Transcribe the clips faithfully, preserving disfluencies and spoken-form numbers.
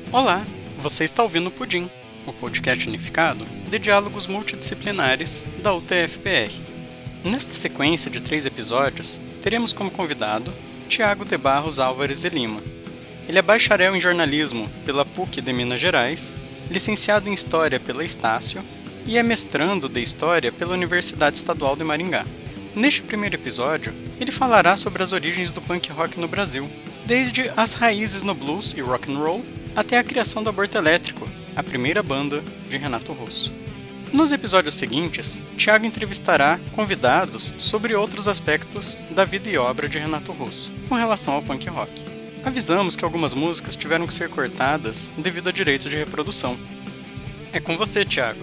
Olá, você está ouvindo o Pudim, o podcast unificado de diálogos multidisciplinares da U T F P R. Nesta sequência de três episódios, teremos como convidado Tiago de Barros Álvares de Lima. Ele é bacharel em jornalismo pela P U C de Minas Gerais, licenciado em História pela Estácio e é mestrando de História pela Universidade Estadual de Maringá. Neste primeiro episódio, ele falará sobre as origens do punk rock no Brasil, desde as raízes no blues e rock and roll até a criação do Aborto Elétrico, a primeira banda de Renato Russo. Nos episódios seguintes, Tiago entrevistará convidados sobre outros aspectos da vida e obra de Renato Russo, com relação ao punk rock. Avisamos que algumas músicas tiveram que ser cortadas devido a direitos de reprodução. É com você, Tiago.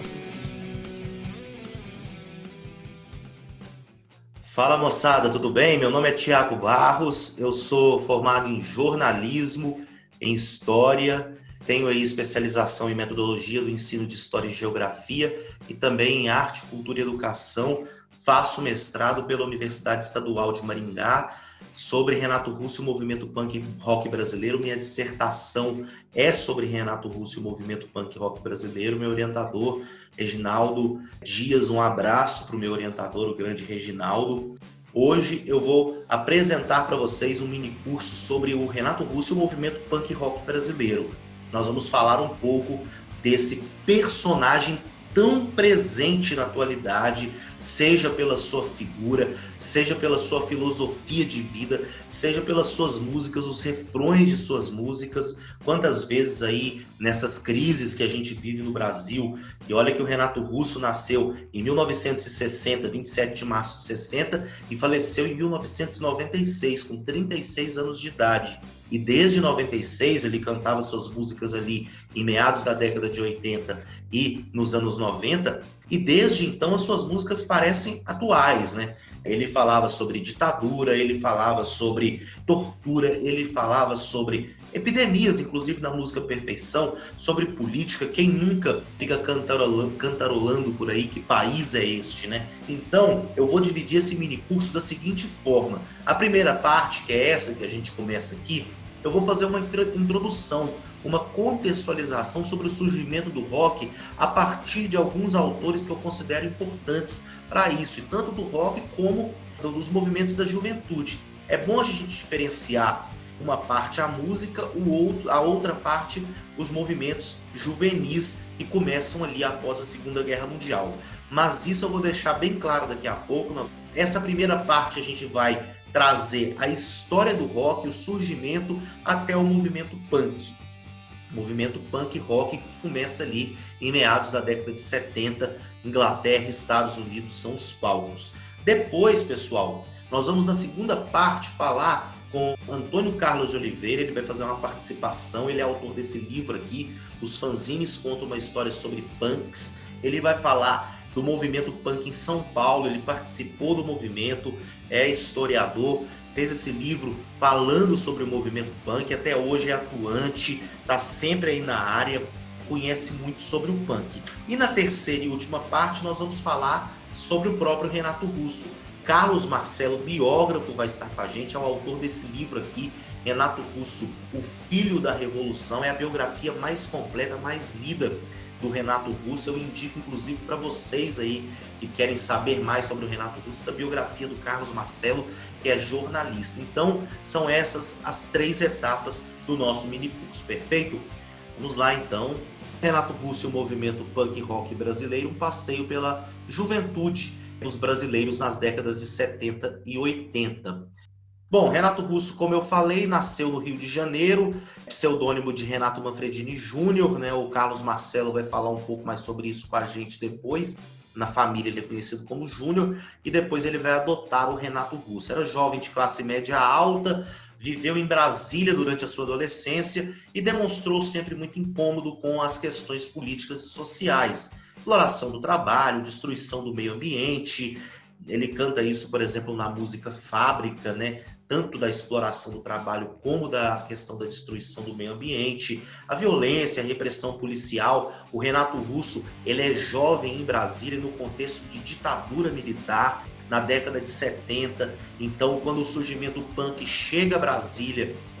Fala moçada, tudo bem? Meu nome é Tiago Barros, eu sou formado em jornalismo, em história, tenho aí especialização em metodologia do ensino de história e geografia e também em arte, cultura e educação. Faço mestrado pela Universidade Estadual de Maringá sobre Renato Russo e o movimento punk rock brasileiro. Minha dissertação é sobre Renato Russo e o movimento punk rock brasileiro. Meu orientador, Reginaldo Dias, um abraço para o meu orientador, o grande Reginaldo. Hoje eu vou apresentar para vocês um mini curso sobre o Renato Russo e o movimento punk rock brasileiro. Nós vamos falar um pouco desse personagem tão presente na atualidade, seja pela sua figura, seja pela sua filosofia de vida, seja pelas suas músicas, os refrões de suas músicas. Quantas vezes aí nessas crises que a gente vive no Brasil, e olha que o Renato Russo nasceu em mil novecentos e sessenta, vinte e sete de março de sessenta, e faleceu em mil novecentos e noventa e seis, com trinta e seis anos de idade. E desde noventa e seis ele cantava suas músicas ali em meados da década de oitenta e nos anos noventa, e desde então as suas músicas parecem atuais, né? Ele falava sobre ditadura, ele falava sobre tortura, ele falava sobre epidemias, inclusive na música Perfeição, sobre política. Quem nunca fica cantarolando, cantarolando por aí que país é este, né? Então, eu vou dividir esse mini curso da seguinte forma. A primeira parte, que é essa que a gente começa aqui, eu vou fazer uma introdução, uma contextualização sobre o surgimento do rock a partir de alguns autores que eu considero importantes para isso, e tanto do rock como dos movimentos da juventude. É bom a gente diferenciar uma parte a música, o outro, a outra parte os movimentos juvenis que começam ali após a Segunda Guerra Mundial. Mas isso eu vou deixar bem claro daqui a pouco. Essa primeira parte a gente vai trazer a história do rock, o surgimento até o movimento punk. O movimento punk rock que começa ali em meados da década de setenta, Inglaterra e Estados Unidos são os palcos. Depois, pessoal, nós vamos na segunda parte falar com Antônio Carlos de Oliveira. Ele vai fazer uma participação, ele é autor desse livro aqui, Os Fanzines Contam uma História sobre Punks. Ele vai falar do movimento punk em São Paulo, ele participou do movimento, é historiador, fez esse livro falando sobre o movimento punk, até hoje é atuante, está sempre aí na área, conhece muito sobre o punk. E na terceira e última parte nós vamos falar sobre o próprio Renato Russo. Carlos Marcelo, biógrafo, vai estar com a gente, é o autor desse livro aqui, Renato Russo, O Filho da Revolução. É a biografia mais completa, mais lida do Renato Russo. Eu indico inclusive para vocês aí que querem saber mais sobre o Renato Russo, essa biografia do Carlos Marcelo, que é jornalista. Então, são essas as três etapas do nosso mini curso, perfeito? Vamos lá então. Renato Russo e o movimento punk rock brasileiro, um passeio pela juventude dos brasileiros nas décadas de setenta e oitenta. Bom, Renato Russo, como eu falei, nasceu no Rio de Janeiro, pseudônimo de Renato Manfredini Júnior, né? O Carlos Marcelo vai falar um pouco mais sobre isso com a gente depois. Na família ele é conhecido como Júnior, e depois ele vai adotar o Renato Russo. Era jovem de classe média alta, viveu em Brasília durante a sua adolescência e demonstrou sempre muito incômodo com as questões políticas e sociais. Exploração do trabalho, destruição do meio ambiente. Ele canta isso, por exemplo, na música Fábrica, né? Tanto da exploração do trabalho como da questão da destruição do meio ambiente, a violência, a repressão policial. O Renato Russo, ele é jovem em Brasília no contexto de ditadura militar, na década de setenta. Então, quando o surgimento punk chega a Brasília,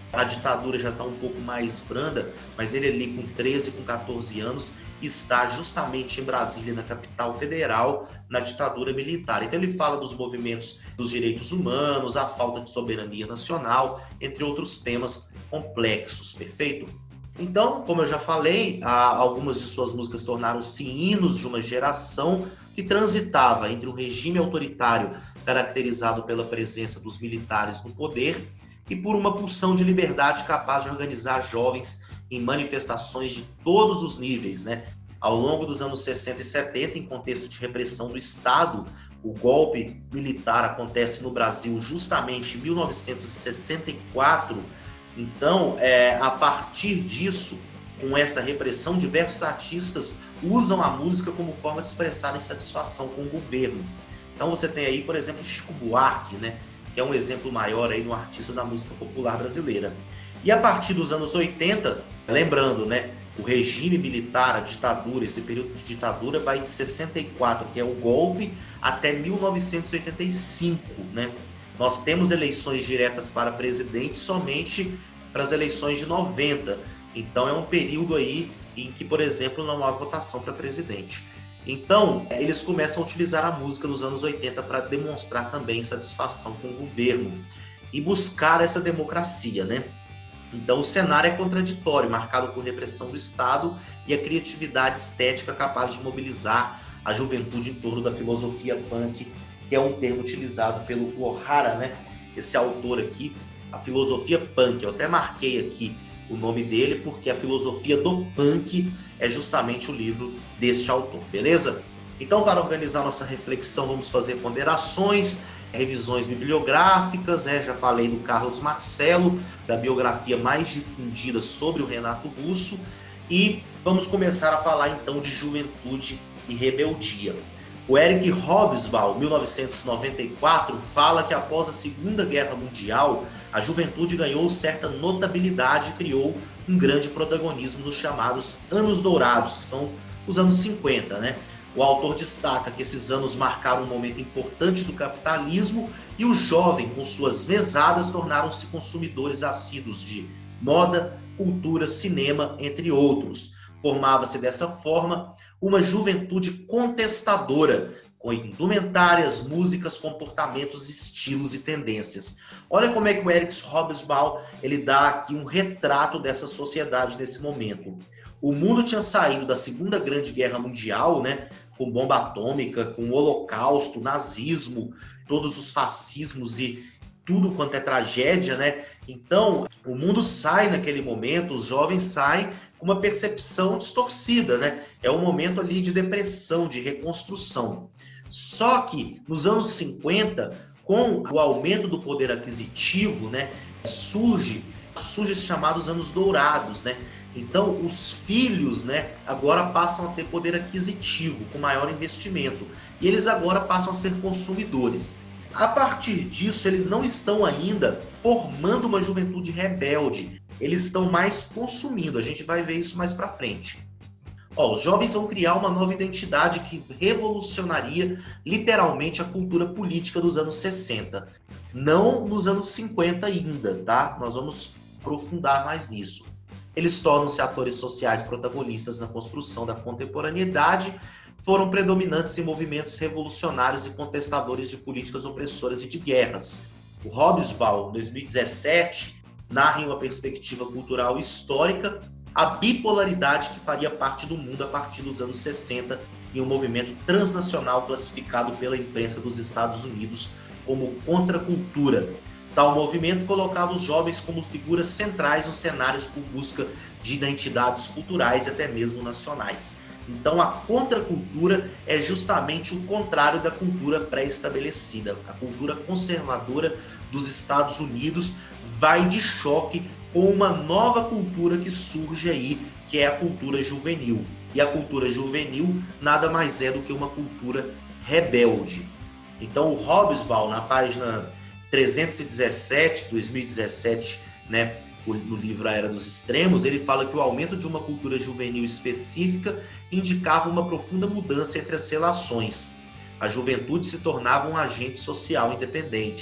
A ditadura já está um pouco mais branda, mas ele ali com treze, com quatorze anos, está justamente em Brasília, na capital federal, na ditadura militar. Então ele fala dos movimentos dos direitos humanos, a falta de soberania nacional, entre outros temas complexos, perfeito? Então, como eu já falei, algumas de suas músicas tornaram-se hinos de uma geração que transitava entre um regime autoritário caracterizado pela presença dos militares no poder e por uma pulsão de liberdade capaz de organizar jovens em manifestações de todos os níveis, né? Ao longo dos anos sessenta e setenta, em contexto de repressão do Estado, o golpe militar acontece no Brasil justamente em mil novecentos e sessenta e quatro. Então, é, a partir disso, com essa repressão, diversos artistas usam a música como forma de expressar insatisfação com o governo. Então você tem aí, por exemplo, Chico Buarque, né, que é um exemplo maior aí de um artista da música popular brasileira. E a partir dos anos oitenta, lembrando, né, o regime militar, a ditadura, esse período de ditadura vai de sessenta e quatro, que é o golpe, até mil novecentos e oitenta e cinco, né? Nós temos eleições diretas para presidente somente para as eleições de noventa. Então é um período aí em que, por exemplo, não há votação para presidente. Então, eles começam a utilizar a música nos anos oitenta para demonstrar também satisfação com o governo e buscar essa democracia, né? Então o cenário é contraditório, marcado por repressão do Estado e a criatividade estética capaz de mobilizar a juventude em torno da filosofia punk, que é um termo utilizado pelo O'Hara, né? Esse autor aqui, a filosofia punk. Eu até marquei aqui o nome dele, porque a filosofia do punk é justamente o livro deste autor, beleza? Então, para organizar nossa reflexão, vamos fazer ponderações, revisões bibliográficas, é, já falei do Carlos Marcelo, da biografia mais difundida sobre o Renato Russo, e vamos começar a falar então de juventude e rebeldia. O Eric Hobsbawm, mil novecentos e noventa e quatro, fala que após a Segunda Guerra Mundial, a juventude ganhou certa notabilidade e criou um grande protagonismo nos chamados Anos Dourados, que são os anos cinquenta, né? O autor destaca que esses anos marcaram um momento importante do capitalismo e o jovem, com suas mesadas, tornaram-se consumidores assíduos de moda, cultura, cinema, entre outros. Formava-se dessa forma uma juventude contestadora, com indumentárias, músicas, comportamentos, estilos e tendências. Olha como é que o Eric Hobsbawm ele dá aqui um retrato dessa sociedade nesse momento. O mundo tinha saído da Segunda Grande Guerra Mundial, né, com bomba atômica, com o Holocausto, nazismo, todos os fascismos e tudo quanto é tragédia, né? Então, o mundo sai naquele momento, os jovens saem com uma percepção distorcida, né? É um momento ali de depressão, de reconstrução. Só que nos anos cinquenta, com o aumento do poder aquisitivo, né, surge, surge os chamados anos dourados, né? Então, os filhos, né, agora passam a ter poder aquisitivo, com maior investimento. E eles agora passam a ser consumidores. A partir disso, eles não estão ainda formando uma juventude rebelde. Eles estão mais consumindo. A gente vai ver isso mais para frente. Ó, os jovens vão criar uma nova identidade que revolucionaria literalmente a cultura política dos anos sessenta. Não nos anos cinquenta ainda, tá? Nós vamos aprofundar mais nisso. Eles tornam-se atores sociais protagonistas na construção da contemporaneidade, foram predominantes em movimentos revolucionários e contestadores de políticas opressoras e de guerras. O Hobsbawm, em dois mil e dezessete, narra em uma perspectiva cultural e histórica a bipolaridade que faria parte do mundo a partir dos anos sessenta em um movimento transnacional classificado pela imprensa dos Estados Unidos como contracultura. Tal movimento colocava os jovens como figuras centrais nos cenários por busca de identidades culturais e até mesmo nacionais. Então a contracultura é justamente o contrário da cultura pré-estabelecida. A cultura conservadora dos Estados Unidos vai de choque com uma nova cultura que surge aí, que é a cultura juvenil. E a cultura juvenil nada mais é do que uma cultura rebelde. Então o Hobsbawm, na página trezentos e dezessete, dois mil e dezessete, né, no livro A Era dos Extremos, ele fala que o aumento de uma cultura juvenil específica indicava uma profunda mudança entre as relações. A juventude se tornava um agente social independente.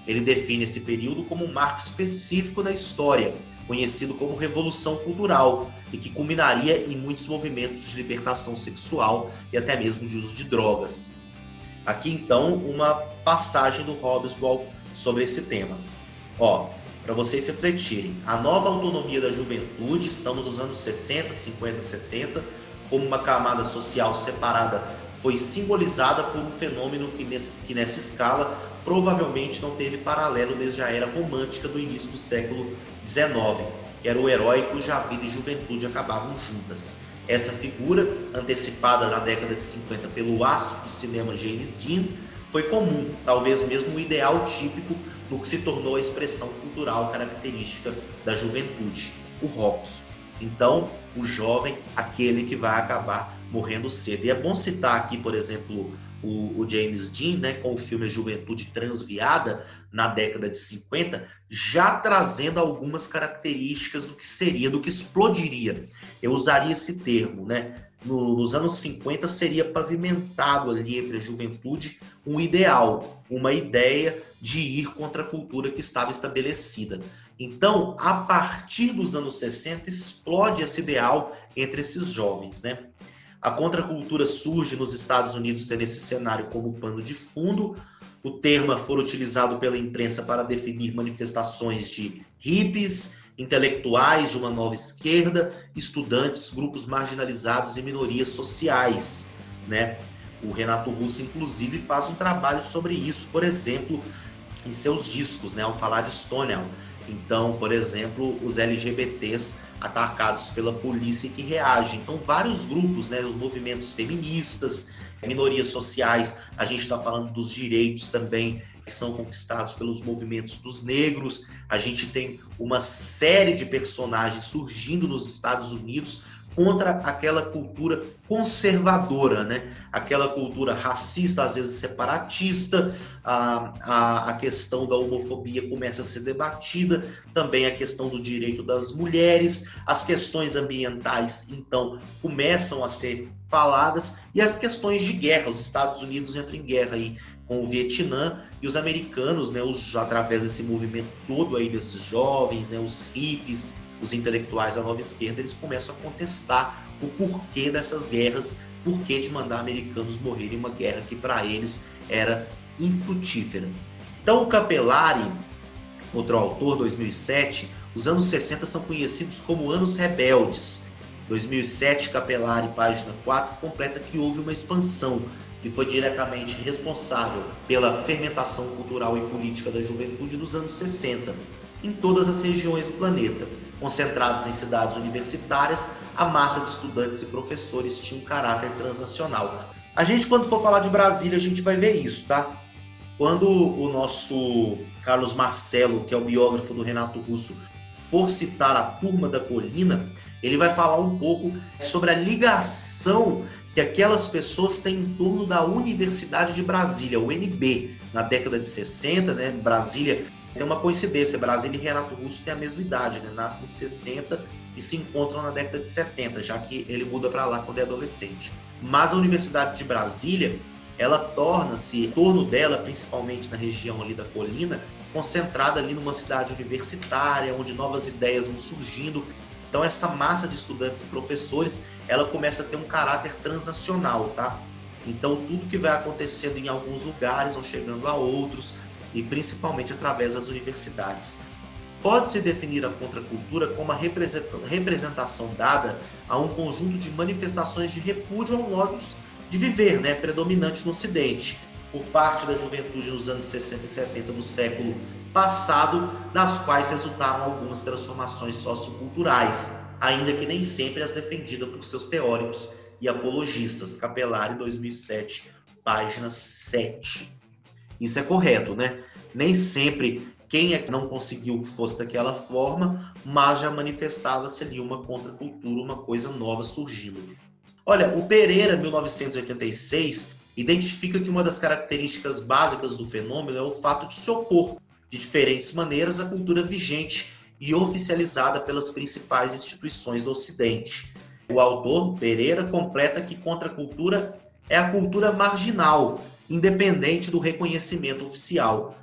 Ele define esse período como um marco específico da história, conhecido como Revolução Cultural, e que culminaria em muitos movimentos de libertação sexual e até mesmo de uso de drogas. Aqui, então, uma passagem do Hobsbawm sobre esse tema. Ó, para vocês refletirem, a nova autonomia da juventude, estamos nos anos sessenta, cinquenta, sessenta, como uma camada social separada, foi simbolizada por um fenômeno que, nesse, que nessa escala provavelmente não teve paralelo desde a era romântica do início do século dezenove, que era o herói cuja vida e juventude acabavam juntas. Essa figura, antecipada na década de cinquenta pelo astro do cinema James Dean, foi comum, talvez mesmo o ideal típico no que se tornou a expressão cultural característica da juventude, o rock. Então, o jovem, aquele que vai acabar morrendo cedo. E é bom citar aqui, por exemplo, o, o James Dean, né, com o filme Juventude Transviada, na década de cinquenta, já trazendo algumas características do que seria, do que explodiria. Eu usaria esse termo, né? No, nos anos cinquenta seria pavimentado ali entre a juventude um ideal, uma ideia de ir contra a cultura que estava estabelecida. Então, a partir dos anos sessenta, explode esse ideal entre esses jovens, né? A contracultura surge nos Estados Unidos tendo esse cenário como pano de fundo. O termo foi utilizado pela imprensa para definir manifestações de hippies, intelectuais de uma nova esquerda, estudantes, grupos marginalizados e minorias sociais, né? O Renato Russo, inclusive, faz um trabalho sobre isso, por exemplo, em seus discos, né? Ao falar de Stonewall. Então, por exemplo, os L G B Ts atacados pela polícia que reagem. Então, vários grupos, né? Os movimentos feministas, minorias sociais, a gente está falando dos direitos também que são conquistados pelos movimentos dos negros. A gente tem uma série de personagens surgindo nos Estados Unidos contra aquela cultura conservadora, né? Aquela cultura racista, às vezes separatista. A, a, a questão da homofobia começa a ser debatida, também a questão do direito das mulheres, as questões ambientais, então, começam a ser faladas, e as questões de guerra. Os Estados Unidos entram em guerra aí com o Vietnã, e os americanos, né, os, através desse movimento todo aí desses jovens, né, os hippies, os intelectuais da nova esquerda, eles começam a contestar o porquê dessas guerras, porquê de mandar americanos morrerem em uma guerra que para eles era infrutífera. Então o Capellari, outro autor, dois mil e sete, os anos sessenta são conhecidos como anos rebeldes. dois mil e sete, Capellari, página quatro, completa que houve uma expansão que foi diretamente responsável pela fermentação cultural e política da juventude dos anos sessenta, em todas as regiões do planeta. Concentrados em cidades universitárias, a massa de estudantes e professores tinha um caráter transnacional. A gente, quando for falar de Brasília, a gente vai ver isso, tá? Quando o nosso Carlos Marcelo, que é o biógrafo do Renato Russo, for citar a Turma da Colina, ele vai falar um pouco sobre a ligação que aquelas pessoas têm em torno da Universidade de Brasília, o U N B, na década de sessenta, né? Brasília tem uma coincidência, Brasília e Renato Russo têm a mesma idade, né? Nascem em sessenta e se encontram na década de setenta, já que ele muda para lá quando é adolescente. Mas a Universidade de Brasília, ela torna-se, em torno dela, principalmente na região ali da colina, concentrada ali numa cidade universitária, onde novas ideias vão surgindo. Então essa massa de estudantes e professores, ela começa a ter um caráter transnacional, tá? Então tudo que vai acontecendo em alguns lugares vão chegando a outros, e principalmente através das universidades. Pode-se definir a contracultura como a representação dada a um conjunto de manifestações de repúdio ao modo de viver, né, predominante no Ocidente, por parte da juventude nos anos sessenta e setenta do século passado, nas quais resultaram algumas transformações socioculturais, ainda que nem sempre as defendidas por seus teóricos e apologistas. Capellari, dois mil e sete, página sete. Isso é correto, né? Nem sempre quem é que não conseguiu que fosse daquela forma, mas já manifestava-se ali uma contracultura, uma coisa nova surgindo. Olha, o Pereira, mil novecentos e oitenta e seis, identifica que uma das características básicas do fenômeno é o fato de se opor, de diferentes maneiras, à cultura vigente e oficializada pelas principais instituições do Ocidente. O autor, Pereira, completa que contracultura é a cultura marginal, independente do reconhecimento oficial.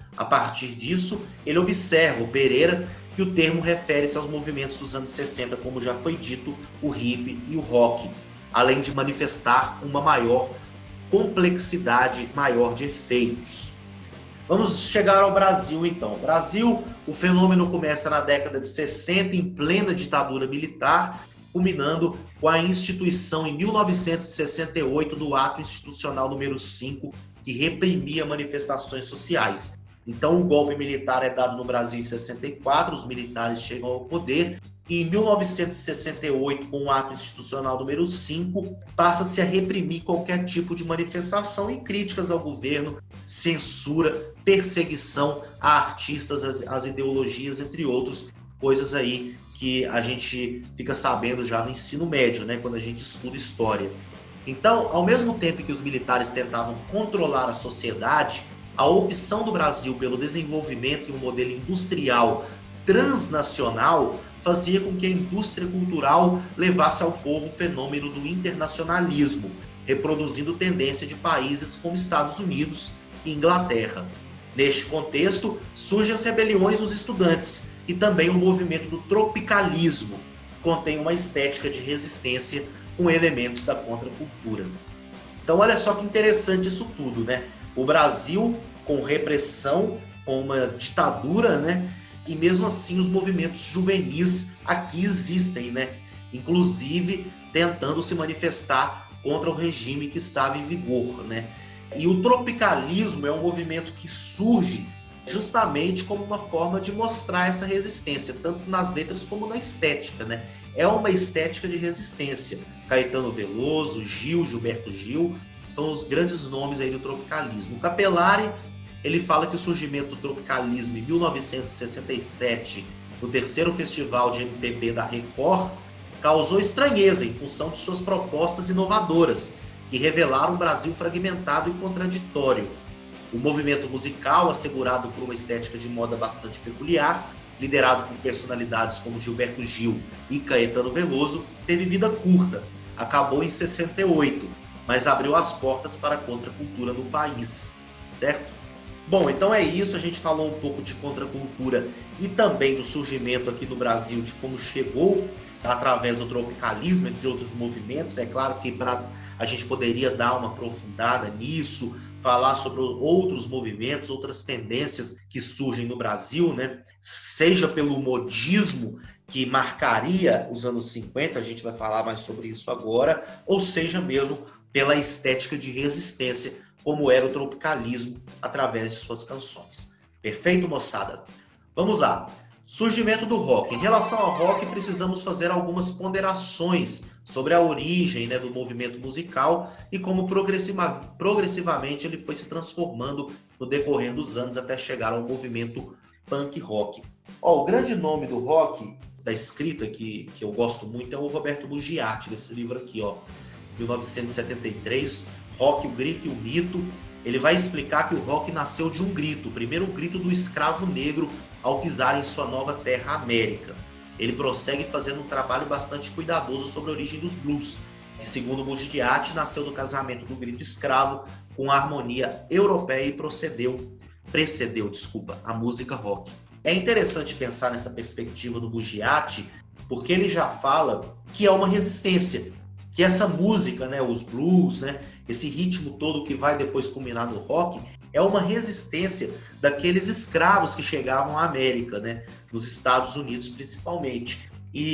A partir disso, ele observa, o Pereira, que o termo refere-se aos movimentos dos anos sessenta, como já foi dito, o hip e o rock, além de manifestar uma maior complexidade, maior de efeitos. Vamos chegar ao Brasil, então. Brasil, o fenômeno começa na década de sessenta, em plena ditadura militar, culminando com a instituição, em mil novecentos e sessenta e oito, do Ato Institucional número cinco, que reprimia manifestações sociais. Então, o golpe militar é dado no Brasil em sessenta e quatro, os militares chegam ao poder, e em mil novecentos e sessenta e oito, com o Ato Institucional número cinco, passa-se a reprimir qualquer tipo de manifestação e críticas ao governo, censura, perseguição a artistas, as, as ideologias, entre outros, coisas aí que a gente fica sabendo já no ensino médio, né, quando a gente estuda história. Então, ao mesmo tempo que os militares tentavam controlar a sociedade, a opção do Brasil pelo desenvolvimento em um modelo industrial transnacional fazia com que a indústria cultural levasse ao povo o fenômeno do internacionalismo, reproduzindo tendência de países como Estados Unidos e Inglaterra. Neste contexto, surgem as rebeliões dos estudantes e também o movimento do tropicalismo, que contém uma estética de resistência com elementos da contracultura. Então, olha só que interessante isso tudo, né? O Brasil com repressão, com uma ditadura, né? E mesmo assim os movimentos juvenis aqui existem, né? Inclusive tentando se manifestar contra o regime que estava em vigor, né? E o tropicalismo é um movimento que surge justamente como uma forma de mostrar essa resistência, tanto nas letras como na estética, né? É uma estética de resistência. Caetano Veloso, Gil, Gilberto Gil, são os grandes nomes aí do tropicalismo. O Capellari, ele fala que o surgimento do tropicalismo em mil novecentos e sessenta e sete, no terceiro festival de M P B da Record, causou estranheza em função de suas propostas inovadoras, que revelaram um Brasil fragmentado e contraditório. O movimento musical, assegurado por uma estética de moda bastante peculiar, liderado por personalidades como Gilberto Gil e Caetano Veloso, teve vida curta. Acabou em sessenta e oito, mas abriu as portas para a contracultura no país, certo? Bom, então é isso, a gente falou um pouco de contracultura e também do surgimento aqui no Brasil, de como chegou através do tropicalismo, entre outros movimentos. É claro que pra, a gente poderia dar uma aprofundada nisso, falar sobre outros movimentos, outras tendências que surgem no Brasil, né? Seja pelo modismo que marcaria os anos cinquenta, a gente vai falar mais sobre isso agora, ou seja mesmo pela estética de resistência, como era o tropicalismo através de suas canções. Perfeito, moçada? Vamos lá. Surgimento do rock. Em relação ao rock, precisamos fazer algumas ponderações sobre a origem, né, do movimento musical e como progressiva, progressivamente ele foi se transformando no decorrer dos anos até chegar ao movimento punk rock. Ó, o grande nome do rock, da escrita que, que eu gosto muito, é o Roberto Mugiati, desse livro aqui, ó, mil novecentos e setenta e três, Rock, o Grito e o Mito. Ele vai explicar que o rock nasceu de um grito, o primeiro grito do escravo negro ao pisar em sua nova terra América. Ele prossegue fazendo um trabalho bastante cuidadoso sobre a origem dos blues, que, segundo Mugiati, nasceu do casamento do grito escravo com a harmonia europeia e procedeu, precedeu, desculpa, a música rock. É interessante pensar nessa perspectiva do Mugiati, porque ele já fala que é uma resistência, que essa música, né, os blues, né, esse ritmo todo que vai depois culminar no rock, é uma resistência daqueles escravos que chegavam à América, né, nos Estados Unidos principalmente.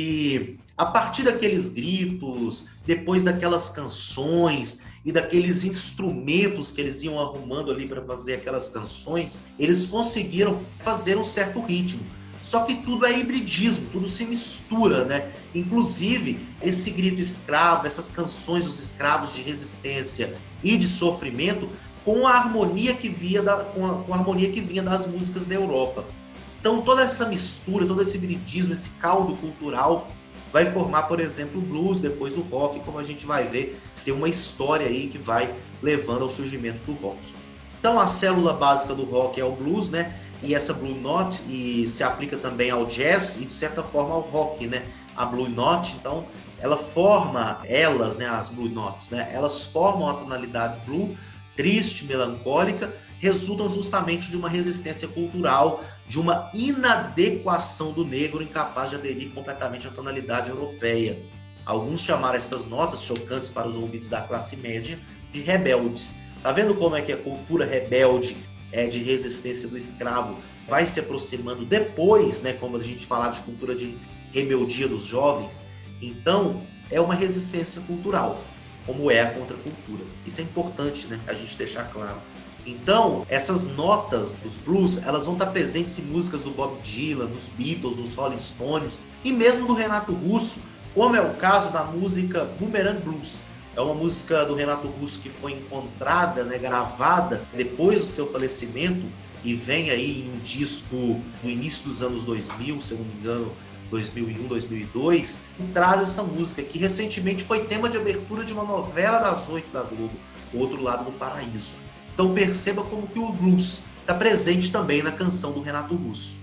E a partir daqueles gritos, depois daquelas canções e daqueles instrumentos que eles iam arrumando ali para fazer aquelas canções, eles conseguiram fazer um certo ritmo. Só que tudo é hibridismo, tudo se mistura, né? Inclusive, esse grito escravo, essas canções dos escravos de resistência e de sofrimento, com a harmonia que vinha, da, com a, com a harmonia que vinha das músicas da Europa. Então, toda essa mistura, todo esse hibridismo, esse caldo cultural, vai formar, por exemplo, o blues, depois o rock, como a gente vai ver, tem uma história aí que vai levando ao surgimento do rock. Então, a célula básica do rock é o blues, né? E essa Blue Note e se aplica também ao jazz e, de certa forma, ao rock, né? A Blue Note, então, ela forma, elas, né, as Blue Notes, né? Elas formam a tonalidade blue, triste, melancólica, resultam justamente de uma resistência cultural, de uma inadequação do negro incapaz de aderir completamente à tonalidade europeia. Alguns chamaram estas notas, chocantes para os ouvidos da classe média, de rebeldes. Tá vendo como é que a cultura rebelde é, de resistência do escravo vai se aproximando depois, né, como a gente falar de cultura de rebeldia dos jovens? Então, é uma resistência cultural, como é a contracultura. Isso é importante, né, a gente deixar claro. Então, essas notas dos blues, elas vão estar presentes em músicas do Bob Dylan, dos Beatles, dos Rolling Stones e mesmo do Renato Russo, como é o caso da música Boomerang Blues. É uma música do Renato Russo que foi encontrada, né, gravada depois do seu falecimento e vem aí em um disco no início dos anos dois mil, se eu não me engano, dois mil e um, dois mil e dois, e traz essa música que recentemente foi tema de abertura de uma novela das oito da Globo, O Outro Lado do Paraíso. Então perceba como que o blues está presente também na canção do Renato Russo.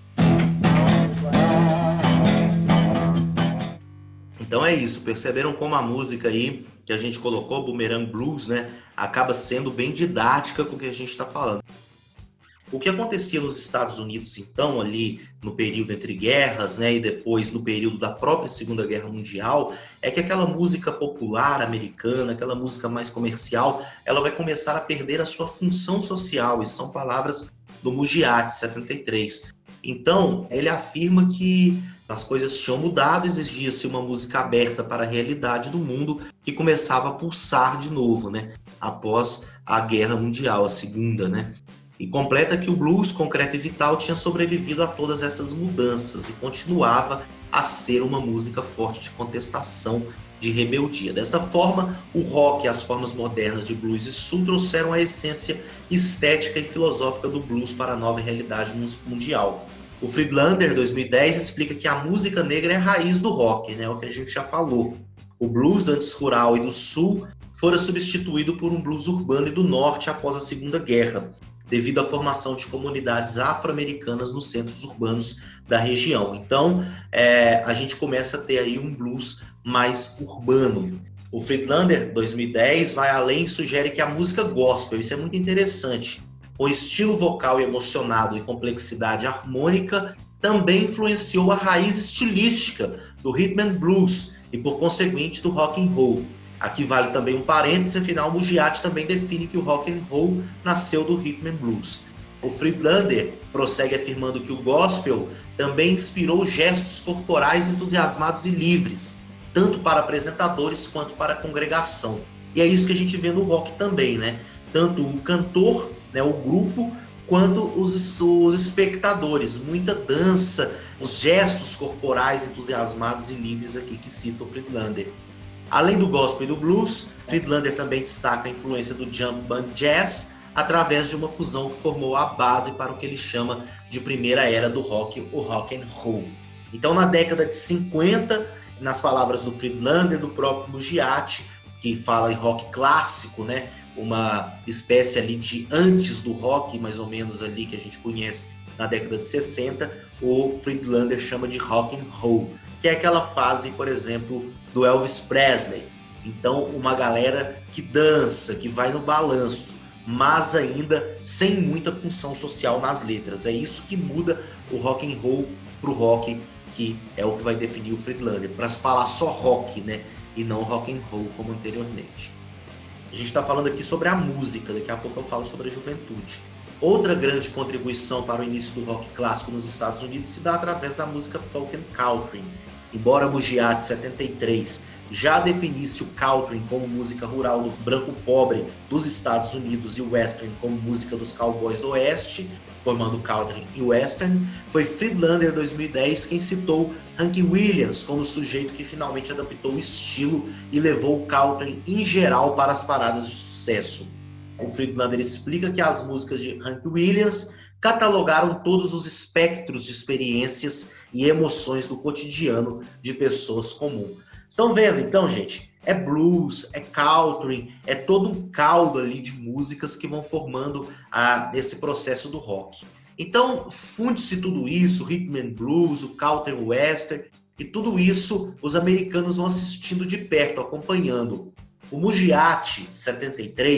Então é isso, perceberam como a música aí que a gente colocou, Boomerang Blues, né, acaba sendo bem didática com o que a gente está falando. O que acontecia nos Estados Unidos, então, ali no período entre guerras, né, e depois no período da própria Segunda Guerra Mundial, é que aquela música popular americana, aquela música mais comercial, ela vai começar a perder a sua função social, e são palavras do Mugiat, setenta e três. Então, ele afirma que as coisas tinham mudado, exigia-se uma música aberta para a realidade do mundo que começava a pulsar de novo, né, após a Guerra Mundial, a Segunda, né? E completa que o blues concreto e vital tinha sobrevivido a todas essas mudanças e continuava a ser uma música forte de contestação, de rebeldia. Desta forma, o rock e as formas modernas de blues e soul trouxeram a essência estética e filosófica do blues para a nova realidade mundial. O Friedlander, dois mil e dez, explica que a música negra é a raiz do rock, né, o que a gente já falou. O blues, antes rural e do sul, fora substituído por um blues urbano e do norte após a Segunda Guerra, devido à formação de comunidades afro-americanas nos centros urbanos da região. Então, é, a gente começa a ter aí um blues mais urbano. O Friedlander, dois mil e dez, vai além e sugere que a música gospel, isso é muito interessante, com estilo vocal emocionado e complexidade harmônica, também influenciou a raiz estilística do rhythm and blues e, por conseguinte, do rock and roll. Aqui vale também um parêntese, afinal, Mugiat também define que o rock and roll nasceu do rhythm and blues. O Friedlander prossegue afirmando que o gospel também inspirou gestos corporais entusiasmados e livres, tanto para apresentadores quanto para a congregação. E é isso que a gente vê no rock também, né? Tanto o cantor, né, o grupo, quanto os, os espectadores. Muita dança, os gestos corporais entusiasmados e livres aqui que cita o Friedlander. Além do gospel e do blues, Friedlander também destaca a influência do jump band jazz através de uma fusão que formou a base para o que ele chama de primeira era do rock, o rock and roll. Então, na década de cinquenta, nas palavras do Friedlander, do próprio Mugiat, que fala em rock clássico, né, uma espécie ali de antes do rock, mais ou menos ali que a gente conhece na década de sessenta, o Friedlander chama de rock and roll, que é aquela fase, por exemplo, do Elvis Presley. Então, uma galera que dança, que vai no balanço, mas ainda sem muita função social nas letras. É isso que muda o rock and roll para o rock, que é o que vai definir o Friedlander, para se falar só rock, né, e não rock and roll como anteriormente. A gente está falando aqui sobre a música, daqui a pouco eu falo sobre a juventude. Outra grande contribuição para o início do rock clássico nos Estados Unidos se dá através da música folk and country. Embora Mugiat, setenta e três, já definisse o country como música rural do branco pobre dos Estados Unidos e o western como música dos cowboys do oeste, formando country e western, foi Friedlander, dois mil e dez, quem citou Hank Williams como o sujeito que finalmente adaptou o estilo e levou o country em geral para as paradas de sucesso. O Friedlander explica que as músicas de Hank Williams catalogaram todos os espectros de experiências e emoções do cotidiano de pessoas comuns. Estão vendo, então, gente? É blues, é country, é todo um caldo ali de músicas que vão formando ah, esse processo do rock. Então, funde-se tudo isso, rhythm and blues, o country western, e tudo isso os americanos vão assistindo de perto, acompanhando. O Mugiat, setenta e três,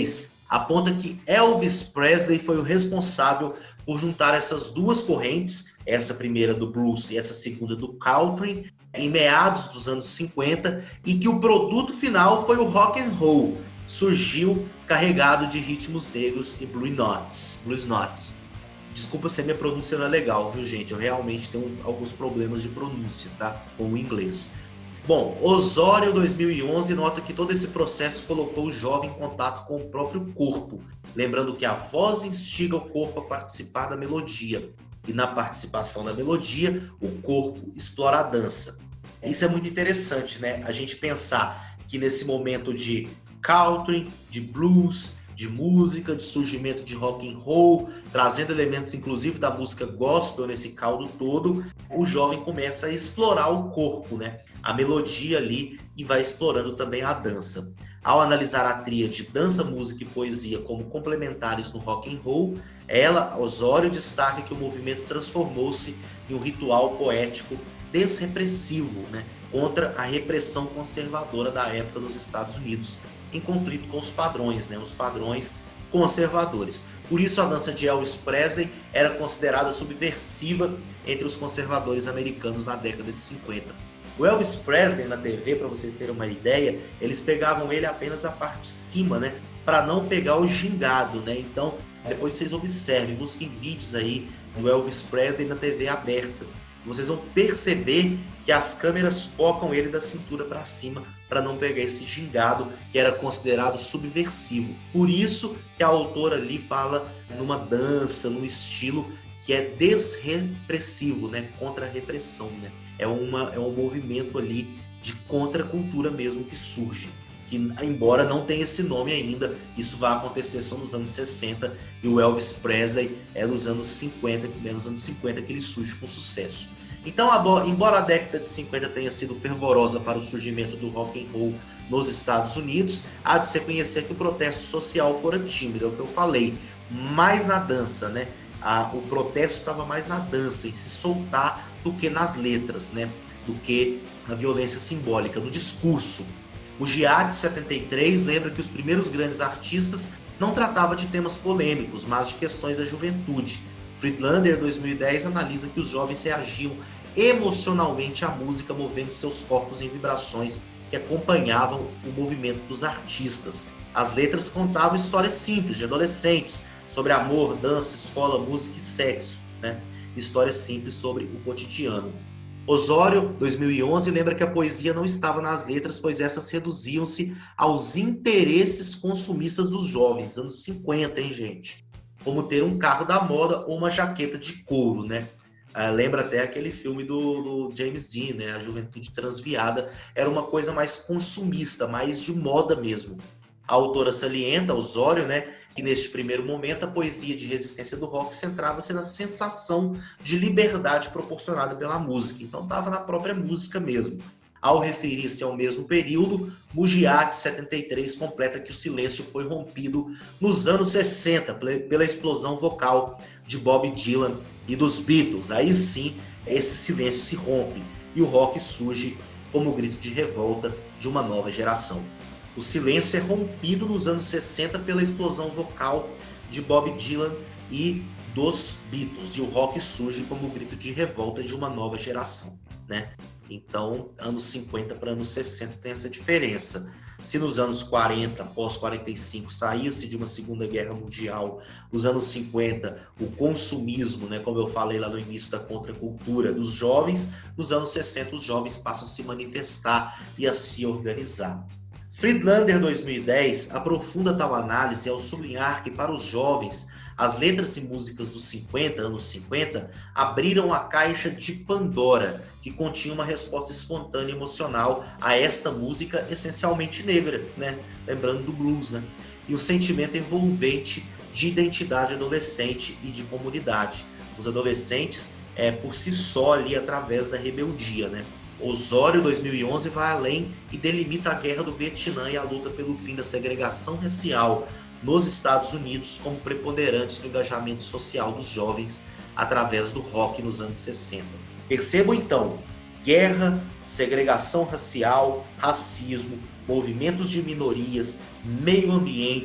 aponta que Elvis Presley foi o responsável por juntar essas duas correntes, essa primeira do blues e essa segunda do country, em meados dos anos cinquenta, e que o produto final foi o rock and roll. Surgiu carregado de ritmos negros e blue notes, blues notes. Desculpa se a minha pronúncia não é legal, viu, gente? Eu realmente tenho alguns problemas de pronúncia, tá? Com o inglês. Bom, Osório dois mil e onze nota que todo esse processo colocou o jovem em contato com o próprio corpo, lembrando que a voz instiga o corpo a participar da melodia, e na participação da melodia, o corpo explora a dança. Isso é muito interessante, né? A gente pensar que nesse momento de country, de blues, de música, de surgimento de rock and roll, trazendo elementos inclusive da música gospel nesse caldo todo, o jovem começa a explorar o corpo, né? A melodia ali, e vai explorando também a dança. Ao analisar a tríade dança, música e poesia como complementares no rock and roll, ela, Osório, destaca que o movimento transformou-se em um ritual poético desrepressivo, né? Contra a repressão conservadora da época nos Estados Unidos, em conflito com os padrões, né? Os padrões conservadores. Por isso, a dança de Elvis Presley era considerada subversiva entre os conservadores americanos na década de cinquenta. O Elvis Presley na T V, para vocês terem uma ideia, eles pegavam ele apenas a parte de cima, né? Para não pegar o gingado, né? Então, depois vocês observem, busquem vídeos aí do Elvis Presley na T V aberta. Vocês vão perceber que as câmeras focam ele da cintura para cima para não pegar esse gingado que era considerado subversivo. Por isso que a autora ali fala numa dança, num estilo que é desrepressivo, né? Contra a repressão, né? É, uma, é um movimento ali de contracultura mesmo que surge. Que, embora não tenha esse nome ainda, isso vai acontecer só nos anos sessenta, e o Elvis Presley é nos anos cinquenta, é nos anos cinquenta que ele surge com sucesso. Então, embora a década de cinquenta tenha sido fervorosa para o surgimento do rock and roll nos Estados Unidos, há de se reconhecer que o protesto social fora tímido, é o que eu falei, mais na dança, né? A, o protesto estava mais na dança, em se soltar, do que nas letras, né? Do que na violência simbólica, no discurso. O Giat, setenta e três, lembra que os primeiros grandes artistas não tratavam de temas polêmicos, mas de questões da juventude. Friedlander, dois mil e dez, analisa que os jovens reagiam emocionalmente à música, movendo seus corpos em vibrações que acompanhavam o movimento dos artistas. As letras contavam histórias simples de adolescentes, sobre amor, dança, escola, música e sexo, né? Histórias simples sobre o cotidiano. Osório, dois mil e onze, lembra que a poesia não estava nas letras, pois essas reduziam-se aos interesses consumistas dos jovens, anos cinquenta, hein, gente? Como ter um carro da moda ou uma jaqueta de couro, né? Ah, lembra até aquele filme do, do James Dean, né? A Juventude Transviada. Era uma coisa mais consumista, mais de moda mesmo. A autora salienta, Osório, né, que neste primeiro momento a poesia de resistência do rock centrava-se na sensação de liberdade proporcionada pela música. Então estava na própria música mesmo. Ao referir-se ao mesmo período, Mugiat, setenta e três, completa que o silêncio foi rompido nos anos sessenta pela explosão vocal de Bob Dylan e dos Beatles. Aí sim, esse silêncio se rompe e o rock surge como o grito de revolta de uma nova geração. O silêncio é rompido nos anos sessenta pela explosão vocal de Bob Dylan e dos Beatles, e o rock surge como o grito de revolta de uma nova geração, né? Então, anos cinquenta para anos sessenta tem essa diferença. Se nos anos quarenta, pós quarenta e cinco, saísse de uma Segunda Guerra Mundial, os anos cinquenta, o consumismo, né, como eu falei lá no início da contracultura dos jovens, nos anos sessenta os jovens passam a se manifestar e a se organizar. Friedlander, dois mil e dez, aprofunda tal análise ao sublinhar que, para os jovens, as letras e músicas dos cinquenta, anos cinquenta, abriram a caixa de Pandora, que continha uma resposta espontânea e emocional a esta música essencialmente negra, né? Lembrando do blues, né? E o sentimento envolvente de identidade adolescente e de comunidade. Os adolescentes, é, por si só, ali através da rebeldia, né? Osório, dois mil e onze, vai além e delimita a guerra do Vietnã e a luta pelo fim da segregação racial nos Estados Unidos como preponderantes no engajamento social dos jovens através do rock nos anos sessenta. Percebam então, guerra, segregação racial, racismo, movimentos de minorias, meio ambiente,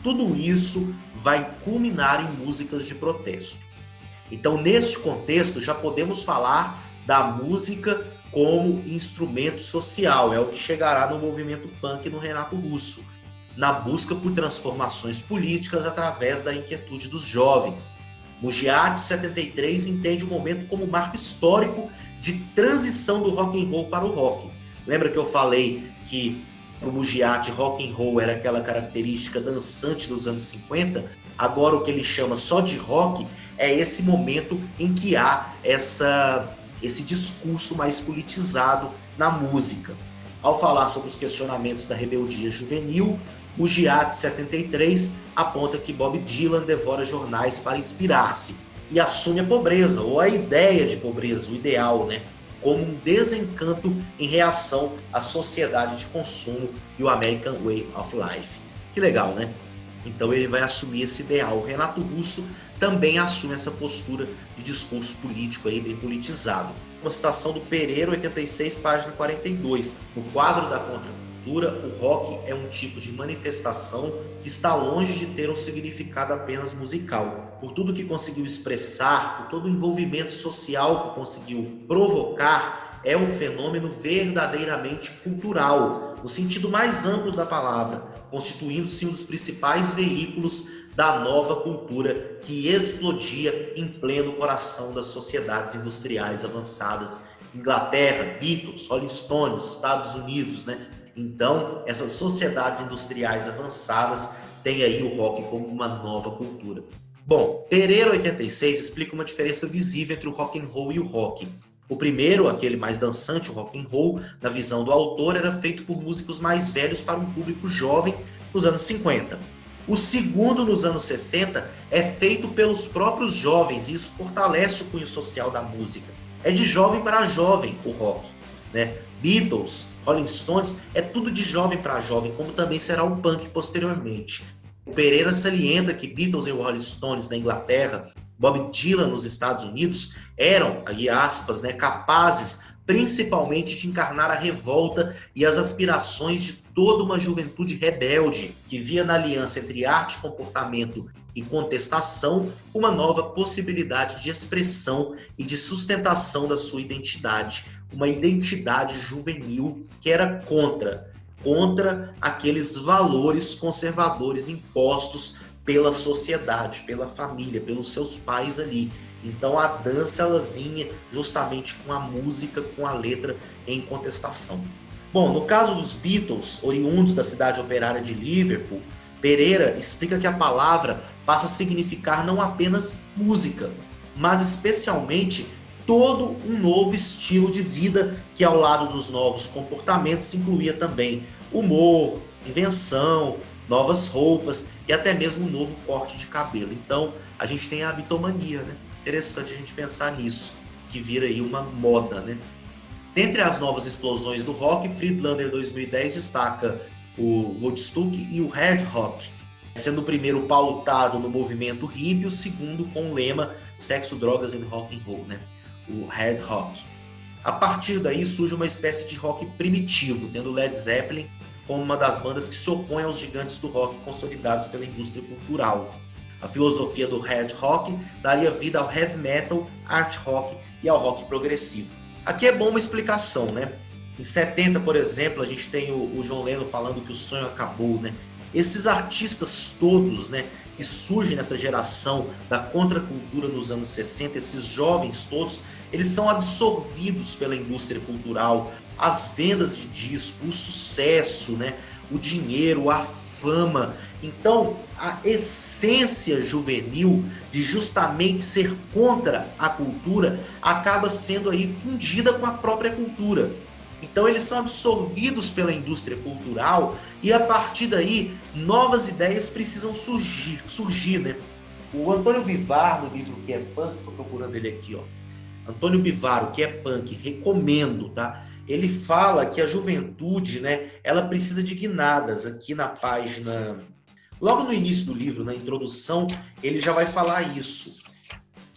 tudo isso vai culminar em músicas de protesto. Então, neste contexto, já podemos falar da música como instrumento social, é o que chegará no movimento punk no Renato Russo, na busca por transformações políticas através da inquietude dos jovens. Mugiat setenta e três entende o momento como marco histórico de transição do rock and roll para o rock. Lembra que eu falei que para o Mugiat rock and roll era aquela característica dançante dos anos cinquenta? Agora o que ele chama só de rock é esse momento em que há essa, esse discurso mais politizado na música. Ao falar sobre os questionamentos da rebeldia juvenil, o Mugiat setenta e três aponta que Bob Dylan devora jornais para inspirar-se e assume a pobreza, ou a ideia de pobreza, o ideal, né, como um desencanto em reação à sociedade de consumo e o American Way of Life. Que legal, né? Então ele vai assumir esse ideal. O Renato Russo também assume essa postura de discurso político aí, bem politizado. Uma citação do Pereira, oitenta e seis, página quarenta e dois. No quadro da contracultura, o rock é um tipo de manifestação que está longe de ter um significado apenas musical. Por tudo que conseguiu expressar, por todo o envolvimento social que conseguiu provocar, é um fenômeno verdadeiramente cultural, no sentido mais amplo da palavra, constituindo-se um dos principais veículos da nova cultura que explodia em pleno coração das sociedades industriais avançadas. Inglaterra, Beatles, Rolling Stones, Estados Unidos, né? Então, essas sociedades industriais avançadas têm aí o rock como uma nova cultura. Bom, Pereira, oitenta e seis, explica uma diferença visível entre o rock and roll e o rock. O primeiro, aquele mais dançante, o rock and roll, na visão do autor, era feito por músicos mais velhos para um público jovem nos anos cinquenta. O segundo, nos anos sessenta, é feito pelos próprios jovens, e isso fortalece o cunho social da música. É de jovem para jovem o rock, né? Beatles, Rolling Stones, é tudo de jovem para jovem, como também será o punk posteriormente. O Pereira salienta que Beatles e Rolling Stones na Inglaterra, Bob Dylan nos Estados Unidos, eram, aí aspas, né, capazes principalmente de encarnar a revolta e as aspirações de toda uma juventude rebelde, que via na aliança entre arte, comportamento e contestação uma nova possibilidade de expressão e de sustentação da sua identidade, uma identidade juvenil que era contra, contra aqueles valores conservadores impostos pela sociedade, pela família, pelos seus pais ali. Então a dança ela vinha justamente com a música, com a letra em contestação. Bom, no caso dos Beatles, oriundos da cidade operária de Liverpool, Pereira explica que a palavra passa a significar não apenas música, mas especialmente todo um novo estilo de vida que, ao lado dos novos comportamentos, incluía também humor, invenção, novas roupas e até mesmo um novo corte de cabelo. Então, a gente tem a bitomania, né? Interessante a gente pensar nisso, que vira aí uma moda, né? Dentre as novas explosões do rock, Friedlander dois mil e dez destaca o Woodstock e o hard rock, sendo o primeiro pautado no movimento hippie, o segundo com o lema sexo, drogas e rock and roll, né? O hard rock. A partir daí surge uma espécie de rock primitivo, tendo Led Zeppelin como uma das bandas que se opõe aos gigantes do rock consolidados pela indústria cultural. A filosofia do hard rock daria vida ao heavy metal, art rock e ao rock progressivo. Aqui é bom uma explicação, né? Em setenta, por exemplo, a gente tem o, o John Lennon falando que o sonho acabou, né? Esses artistas todos, né, que surgem nessa geração da contracultura nos anos sessenta, esses jovens todos, eles são absorvidos pela indústria cultural, as vendas de disco, o sucesso, né, o dinheiro, a fama. Então, a essência juvenil de justamente ser contra a cultura acaba sendo aí fundida com a própria cultura. Então eles são absorvidos pela indústria cultural e a partir daí novas ideias precisam surgir, surgir, né? O Antônio Bivar, no livro Que é Punk, estou procurando ele aqui, ó. Antônio Bivar, o Que é Punk, recomendo, tá? Ele fala que a juventude, né, ela precisa de guinadas. Aqui na página, logo no início do livro, na introdução, ele já vai falar isso.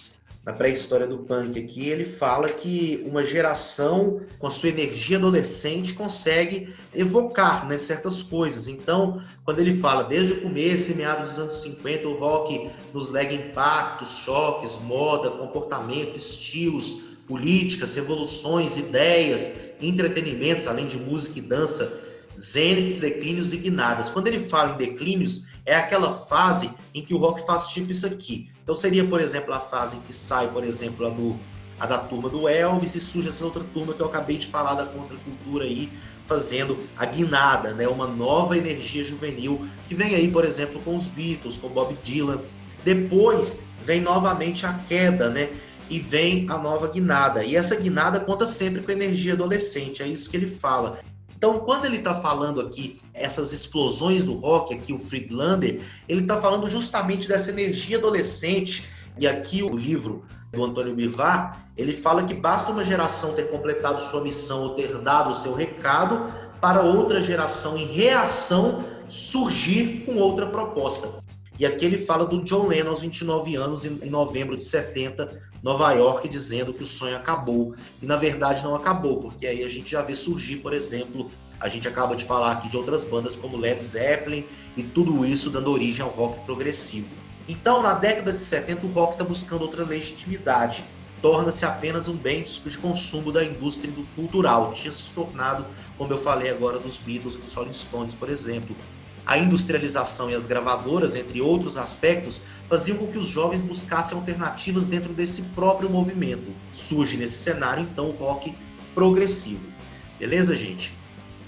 na pré-história do punk aqui, ele fala que uma geração com a sua energia adolescente consegue evocar, né, certas coisas. Então, quando ele fala desde o começo e meados dos anos cinquenta, o rock nos lega impactos, choques, moda, comportamento, estilos, políticas, revoluções, ideias, entretenimentos, além de música e dança, zênites, declínios e guinadas. Quando ele fala em declínios, é aquela fase em que o rock faz tipo isso aqui. Então seria, por exemplo, a fase em que sai, por exemplo, a, do, a da turma do Elvis e surge essa outra turma que eu acabei de falar da contracultura aí, fazendo a guinada, né? Uma nova energia juvenil que vem aí, por exemplo, com os Beatles, com Bob Dylan. Depois vem novamente a queda, né? E vem a nova guinada. E essa guinada conta sempre com energia adolescente, é isso que ele fala. Então, quando ele está falando aqui, essas explosões do rock, aqui o Friedlander, ele está falando justamente dessa energia adolescente. E aqui o livro do Antônio Bivar, ele fala que basta uma geração ter completado sua missão ou ter dado o seu recado para outra geração, em reação, surgir com outra proposta. E aqui ele fala do John Lennon aos vinte e nove anos, em novembro de setenta, Nova York, dizendo que o sonho acabou. E na verdade não acabou, porque aí a gente já vê surgir, por exemplo, a gente acaba de falar aqui de outras bandas como Led Zeppelin e tudo isso dando origem ao rock progressivo. Então, na década de setenta, o rock está buscando outra legitimidade. Torna-se apenas um bem de consumo da indústria cultural. Tinha se tornado, como eu falei agora, dos Beatles e dos Rolling Stones, por exemplo. A industrialização e as gravadoras, entre outros aspectos, faziam com que os jovens buscassem alternativas dentro desse próprio movimento. Surge nesse cenário, então, o rock progressivo. Beleza, gente?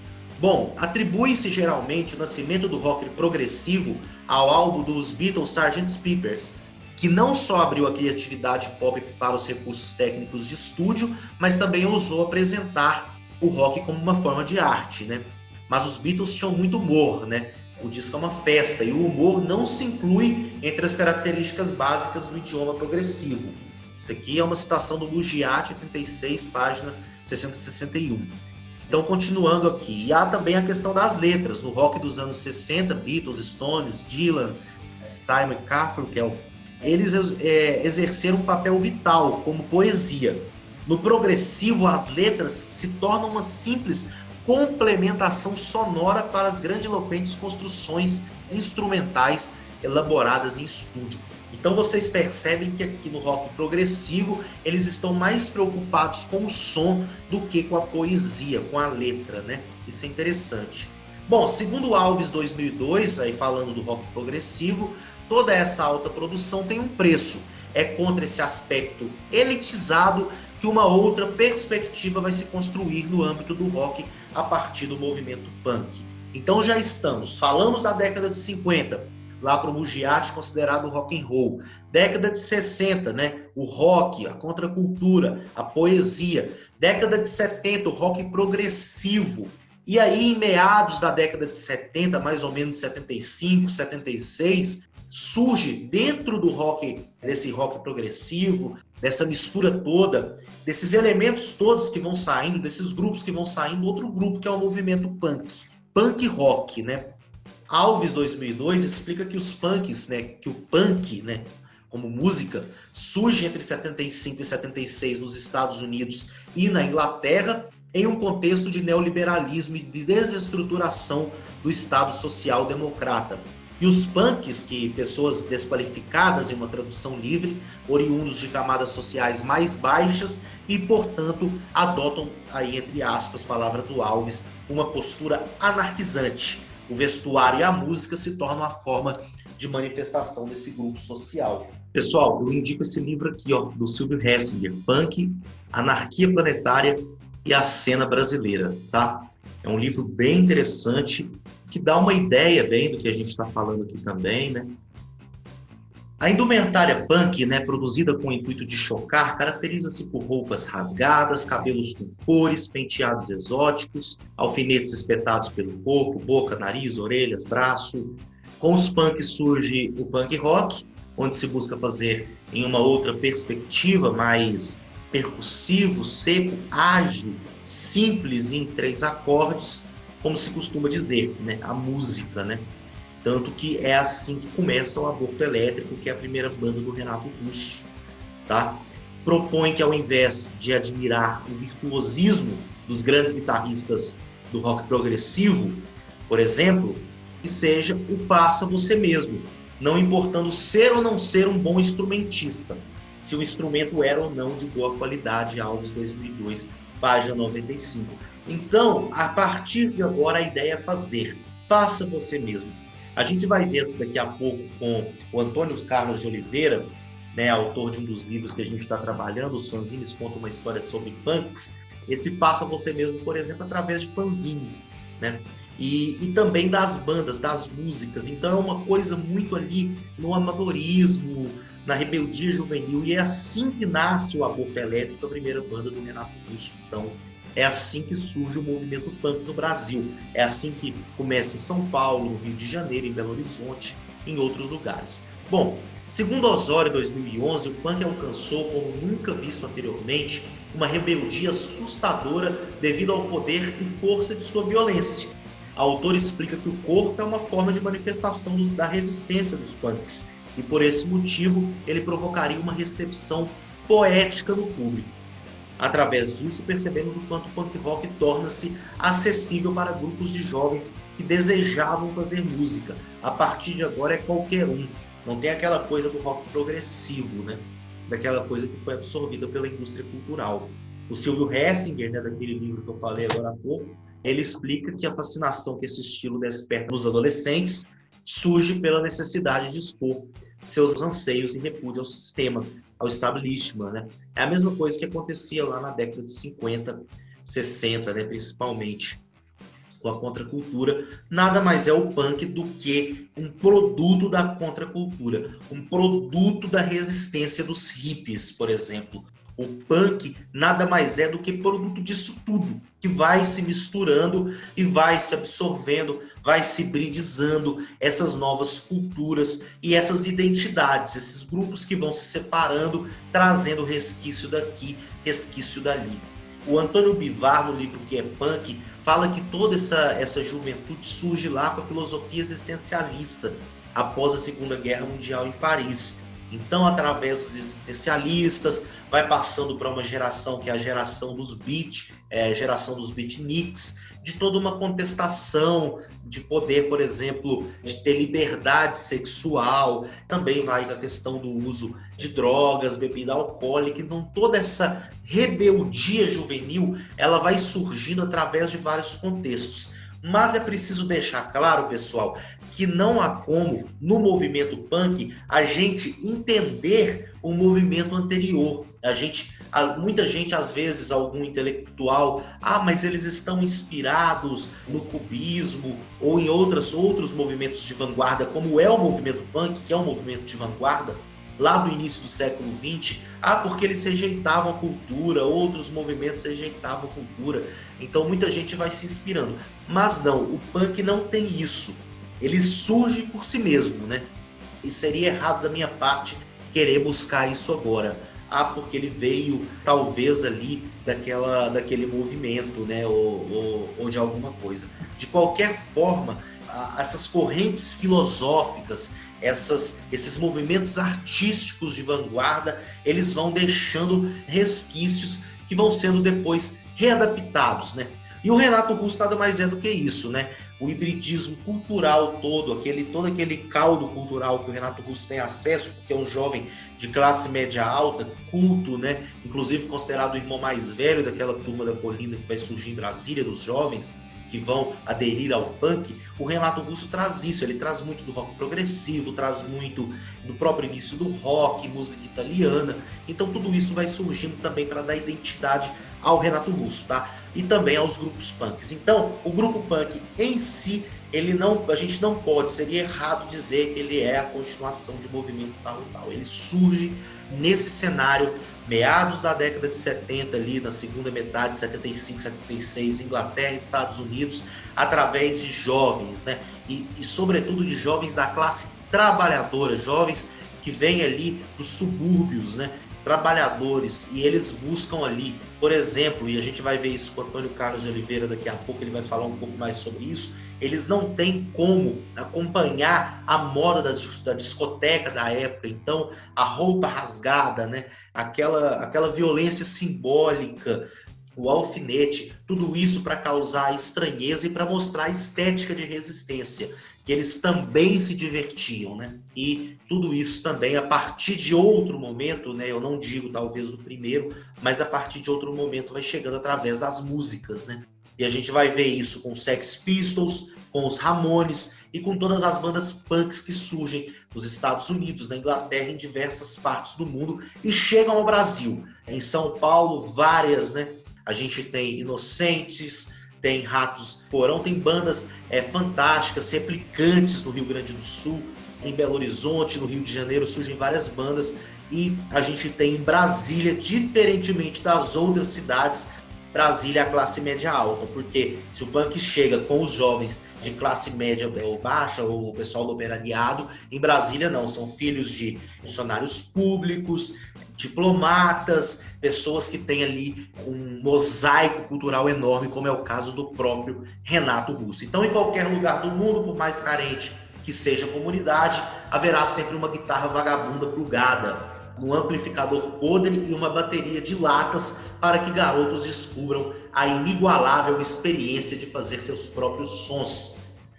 Bom, atribui-se geralmente o nascimento do rock progressivo ao álbum dos Beatles sergeant Pepper's, que não só abriu a criatividade pop para os recursos técnicos de estúdio, mas também ousou apresentar o rock como uma forma de arte, né? Mas os Beatles tinham muito humor, né? O disco é uma festa e o humor não se inclui entre as características básicas do idioma progressivo. Isso aqui é uma citação do Lugiati, oitenta e seis, página sessenta e sessenta e um. Então, continuando aqui, e há também a questão das letras. No rock dos anos sessenta, Beatles, Stones, Dylan, Simon Garfunkel, eles é, exerceram um papel vital como poesia. No progressivo, as letras se tornam uma simples complementação sonora para as grandiloquentes construções instrumentais elaboradas em estúdio. Então vocês percebem que aqui no rock progressivo eles estão mais preocupados com o som do que com a poesia, com a letra, né? Isso é interessante. Bom, segundo o Alves dois mil e dois, aí falando do rock progressivo, toda essa alta produção tem um preço. É contra esse aspecto elitizado que uma outra perspectiva vai se construir no âmbito do rock a partir do movimento punk. Então já estamos, falamos da década de cinquenta, lá para o Mugiati, considerado rock and roll. Década de sessenta, né? O rock, a contracultura, a poesia. Década de setenta, o rock progressivo. E aí, em meados da década de setenta, mais ou menos setenta e cinco, setenta e seis, surge dentro do rock, desse rock progressivo, dessa mistura toda, desses elementos todos que vão saindo, desses grupos que vão saindo, outro grupo que é o movimento punk. Punk rock, né? Alves dois mil e dois explica que os punks, né, que o punk, né, como música, surge entre setenta e cinco e setenta e seis nos Estados Unidos e na Inglaterra, em um contexto de neoliberalismo e de desestruturação do Estado social-democrata. E os punks, que pessoas desqualificadas em uma tradução livre, oriundos de camadas sociais mais baixas e, portanto, adotam, aí entre aspas, palavra do Alves, uma postura anarquizante. O vestuário e a música se tornam a forma de manifestação desse grupo social. Pessoal, eu indico esse livro aqui, ó, do Silvio Hessinger, Punk, Anarquia Planetária e a Cena Brasileira, tá? É um livro bem interessante, que dá uma ideia bem do que a gente está falando aqui também, né? A indumentária punk, né, produzida com o intuito de chocar, caracteriza-se por roupas rasgadas, cabelos com cores, penteados exóticos, alfinetes espetados pelo corpo, boca, nariz, orelhas, braço. Com os punks surge o punk rock, onde se busca fazer em uma outra perspectiva, mais percussivo, seco, ágil, simples em três acordes, como se costuma dizer, né, a música, né? Tanto que é assim que começa o Aborto Elétrico, que é a primeira banda do Renato Russo, tá? propõe que, ao invés de admirar o virtuosismo dos grandes guitarristas do rock progressivo, por exemplo, que seja o faça você mesmo, não importando ser ou não ser um bom instrumentista, se o instrumento era ou não de boa qualidade. Alves dois mil e dois, página noventa e cinco. Então, a partir de agora, a ideia é fazer. Faça você mesmo. A gente vai ver daqui a pouco com o Antônio Carlos de Oliveira, né, autor de um dos livros que a gente está trabalhando, Os Fanzines Contam uma História sobre Punks. Esse faça você mesmo, por exemplo, através de fanzines, né? E, e também das bandas, das músicas. Então é uma coisa muito ali no amadorismo, na rebeldia juvenil. E é assim que nasce o Aborto Elétrico, a primeira banda do Renato Russo. Então é assim que surge o movimento punk no Brasil. É assim que começa em São Paulo, no Rio de Janeiro, em Belo Horizonte, em outros lugares. Bom, segundo Osório, em dois mil e onze, o punk alcançou, como nunca visto anteriormente, uma rebeldia assustadora devido ao poder e força de sua violência. A autora explica que o corpo é uma forma de manifestação da resistência dos punks, e por esse motivo ele provocaria uma recepção poética no público. Através disso, percebemos o quanto o punk rock torna-se acessível para grupos de jovens que desejavam fazer música. A partir de agora é qualquer um. Não tem aquela coisa do rock progressivo, né? Daquela coisa que foi absorvida pela indústria cultural. O Silvio Hessinger, né, daquele livro que eu falei agora há pouco, ele explica que a fascinação que esse estilo desperta nos adolescentes surge pela necessidade de expor seus anseios e repúdio ao sistema, ao establishment, né? É a mesma coisa que acontecia lá na década de cinquenta, sessenta, né, principalmente, com a contracultura. Nada mais é o punk do que um produto da contracultura, um produto da resistência dos hippies, por exemplo. O punk nada mais é do que produto disso tudo, que vai se misturando e vai se absorvendo, vai se hibridizando essas novas culturas e essas identidades, esses grupos que vão se separando, trazendo resquício daqui, resquício dali. O Antônio Bivar, no livro Que é Punk, fala que toda essa, essa juventude surge lá com a filosofia existencialista, após a Segunda Guerra Mundial em Paris. Então, através dos existencialistas, vai passando para uma geração que é a geração dos beat, é, geração dos beatniks, de toda uma contestação de poder, por exemplo, de ter liberdade sexual. Também vai com a questão do uso de drogas, bebida alcoólica. Então, toda essa rebeldia juvenil, ela vai surgindo através de vários contextos. Mas é preciso deixar claro, pessoal, que não há como, no movimento punk, a gente entender o movimento anterior. A gente, muita gente, às vezes, algum intelectual, ah, mas eles estão inspirados no cubismo ou em outras, outros movimentos de vanguarda, como é o movimento punk, que é um movimento de vanguarda, lá do início do século vinte, ah, porque eles rejeitavam a cultura, outros movimentos rejeitavam a cultura. Então muita gente vai se inspirando. Mas não, o punk não tem isso. Ele surge por si mesmo, né? E seria errado da minha parte querer buscar isso agora. Ah, porque ele veio, talvez, ali daquela, daquele movimento, né? Ou, ou, ou de alguma coisa. De qualquer forma, essas correntes filosóficas, essas, esses movimentos artísticos de vanguarda, eles vão deixando resquícios que vão sendo depois readaptados, né? E o Renato Russo nada mais é do que isso, né? O hibridismo cultural todo, aquele, todo aquele caldo cultural que o Renato Russo tem acesso, porque é um jovem de classe média alta, culto, né? Inclusive considerado o irmão mais velho daquela turma da Colina que vai surgir em Brasília, dos jovens que vão aderir ao punk. O Renato Russo traz isso, ele traz muito do rock progressivo, traz muito do próprio início do rock, música italiana. Então tudo isso vai surgindo também para dar identidade ao Renato Russo, tá? E também aos grupos punks. Então, o grupo punk em si, ele não, a gente não pode, seria errado dizer que ele é a continuação de movimento tal e tal. Ele surge nesse cenário, meados da década de setenta, ali na segunda metade, setenta e cinco, setenta e seis, Inglaterra e Estados Unidos, através de jovens, né? E, e sobretudo de jovens da classe trabalhadora, jovens que vêm ali dos subúrbios, né? trabalhadores, e eles buscam ali, por exemplo, e a gente vai ver isso com o Antônio Carlos de Oliveira daqui a pouco, ele vai falar um pouco mais sobre isso, eles não têm como acompanhar a moda da discoteca da época, então a roupa rasgada, né? aquela, aquela violência simbólica, o alfinete, tudo isso para causar estranheza e para mostrar a estética de resistência, que eles também se divertiam, né? E tudo isso também a partir de outro momento, né? Eu não digo talvez do primeiro, mas a partir de outro momento vai chegando através das músicas, né? E a gente vai ver isso com os Sex Pistols, com os Ramones e com todas as bandas punks que surgem nos Estados Unidos, na Inglaterra, em diversas partes do mundo e chegam ao Brasil. Em São Paulo, várias, né? A gente tem Inocentes, tem Ratos Porão, tem bandas é, fantásticas, replicantes no Rio Grande do Sul, em Belo Horizonte, no Rio de Janeiro, surgem várias bandas. E a gente tem em Brasília, diferentemente das outras cidades, Brasília é a classe média alta, porque se o punk chega com os jovens de classe média ou baixa, ou o pessoal do operariado, em Brasília não, são filhos de funcionários públicos, diplomatas, pessoas que têm ali um mosaico cultural enorme, como é o caso do próprio Renato Russo. Então, em qualquer lugar do mundo, por mais carente que seja a comunidade, haverá sempre uma guitarra vagabunda plugada, um amplificador podre e uma bateria de latas para que garotos descubram a inigualável experiência de fazer seus próprios sons.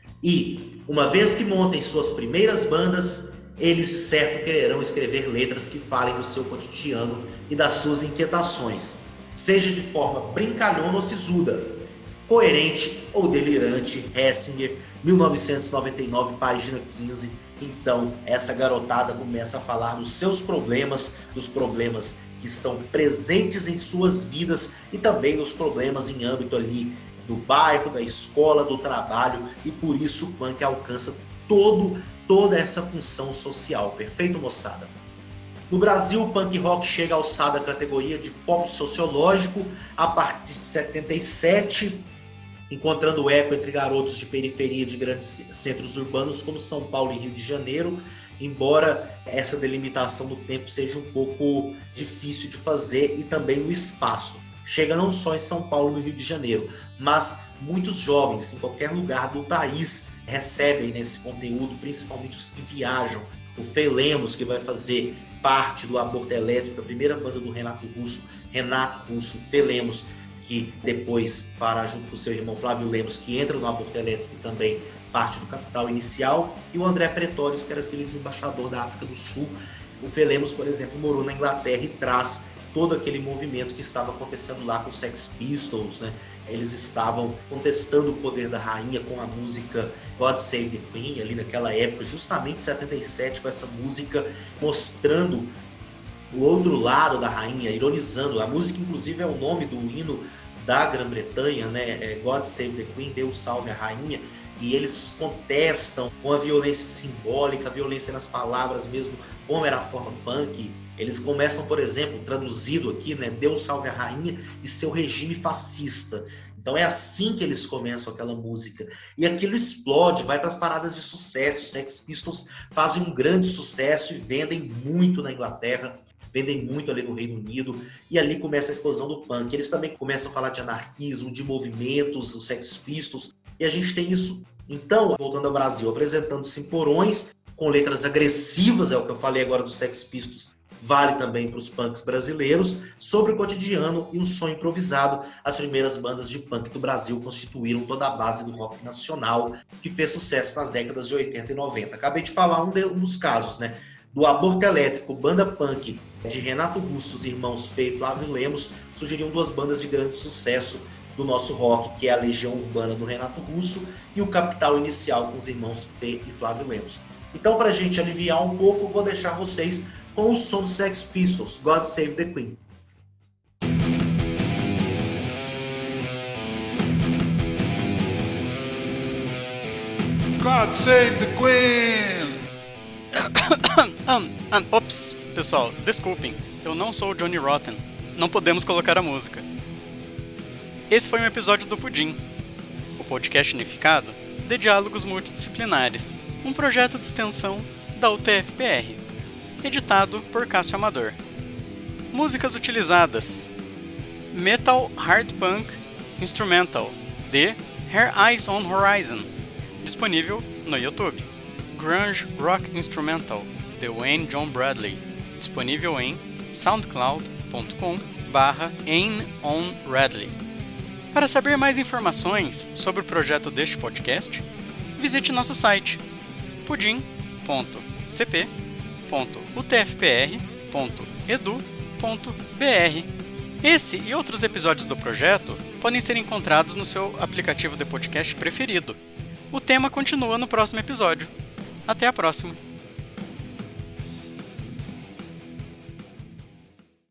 E, uma vez que montem suas primeiras bandas, eles certo quererão escrever letras que falem do seu cotidiano e das suas inquietações, seja de forma brincalhona ou sisuda, coerente ou delirante. Hessinger, mil novecentos e noventa e nove, página quinze. Então, essa garotada começa a falar dos seus problemas, dos problemas que estão presentes em suas vidas e também dos problemas em âmbito ali do bairro, da escola, do trabalho, e por isso o punk alcança todo, toda essa função social. Perfeito, moçada? No Brasil, o punk rock chega a alçada a categoria de pop sociológico a partir de setenta e sete, encontrando eco entre garotos de periferia de grandes centros urbanos como São Paulo e Rio de Janeiro, embora essa delimitação do tempo seja um pouco difícil de fazer, e também no espaço. Chega não só em São Paulo e no Rio de Janeiro, mas muitos jovens em qualquer lugar do país recebem esse conteúdo, principalmente os que viajam. O Fê Lemos, que vai fazer parte do Aborto Elétrico, a primeira banda do Renato Russo, Renato Russo, Fê Lemos, que depois fará junto com o seu irmão Flávio Lemos, que entra no Aborto Elétrico também, parte do Capital Inicial, e o André Pretórios, que era filho de um embaixador da África do Sul. O Fê Lemos, por exemplo, morou na Inglaterra e traz todo aquele movimento que estava acontecendo lá com os Sex Pistols, né? Eles estavam contestando o poder da rainha com a música God Save the Queen, ali naquela época, justamente em setenta e sete, com essa música mostrando o outro lado da rainha, ironizando. A música, inclusive, é o nome do hino da Grã-Bretanha, né? É God Save the Queen, Deus salve a rainha. E eles contestam com a violência simbólica, a violência nas palavras mesmo, como era a forma punk. Eles começam, por exemplo, traduzido aqui, né? Deus salve a rainha e seu regime fascista. Então é assim que eles começam aquela música. E aquilo explode, vai para as paradas de sucesso. Os Sex Pistols fazem um grande sucesso e vendem muito na Inglaterra, vendem muito ali no Reino Unido, e ali começa a explosão do punk. Eles também começam a falar de anarquismo, de movimentos, os Sex Pistols, e a gente tem isso. Então, voltando ao Brasil, apresentando-se em porões, com letras agressivas, é o que eu falei agora dos Sex Pistols, vale também para os punks brasileiros, sobre o cotidiano e um som improvisado. As primeiras bandas de punk do Brasil constituíram toda a base do rock nacional, que fez sucesso nas décadas de oitenta e noventa. Acabei de falar um, de, um dos casos, né? Do Aborto Elétrico, banda punk de Renato Russo, os irmãos Fê e Flávio Lemos, surgiriam duas bandas de grande sucesso do nosso rock, que é a Legião Urbana do Renato Russo e o Capital Inicial com os irmãos Fê e Flávio Lemos. Então, para a gente aliviar um pouco, vou deixar vocês com o som dos Sex Pistols, God Save the Queen. God Save the Queen! um, um, ops, pessoal, desculpem, eu não sou o Johnny Rotten, não podemos colocar a música. Esse foi um episódio do Pudim, o podcast unificado de Diálogos Multidisciplinares, um projeto de extensão da U T F P R, editado por Cássio Amador. Músicas utilizadas: Metal Hard Punk Instrumental, de Her Eyes on Horizon, disponível no YouTube. Grunge Rock Instrumental, de Wayne John Bradley, disponível em soundcloud ponto com barra Wayne on Bradley. Para saber mais informações sobre o projeto deste podcast, visite nosso site pudim ponto c p ponto u t f p r ponto e d u ponto b r. Esse e outros episódios do projeto podem ser encontrados no seu aplicativo de podcast preferido. O tema continua no próximo episódio. Até a próxima!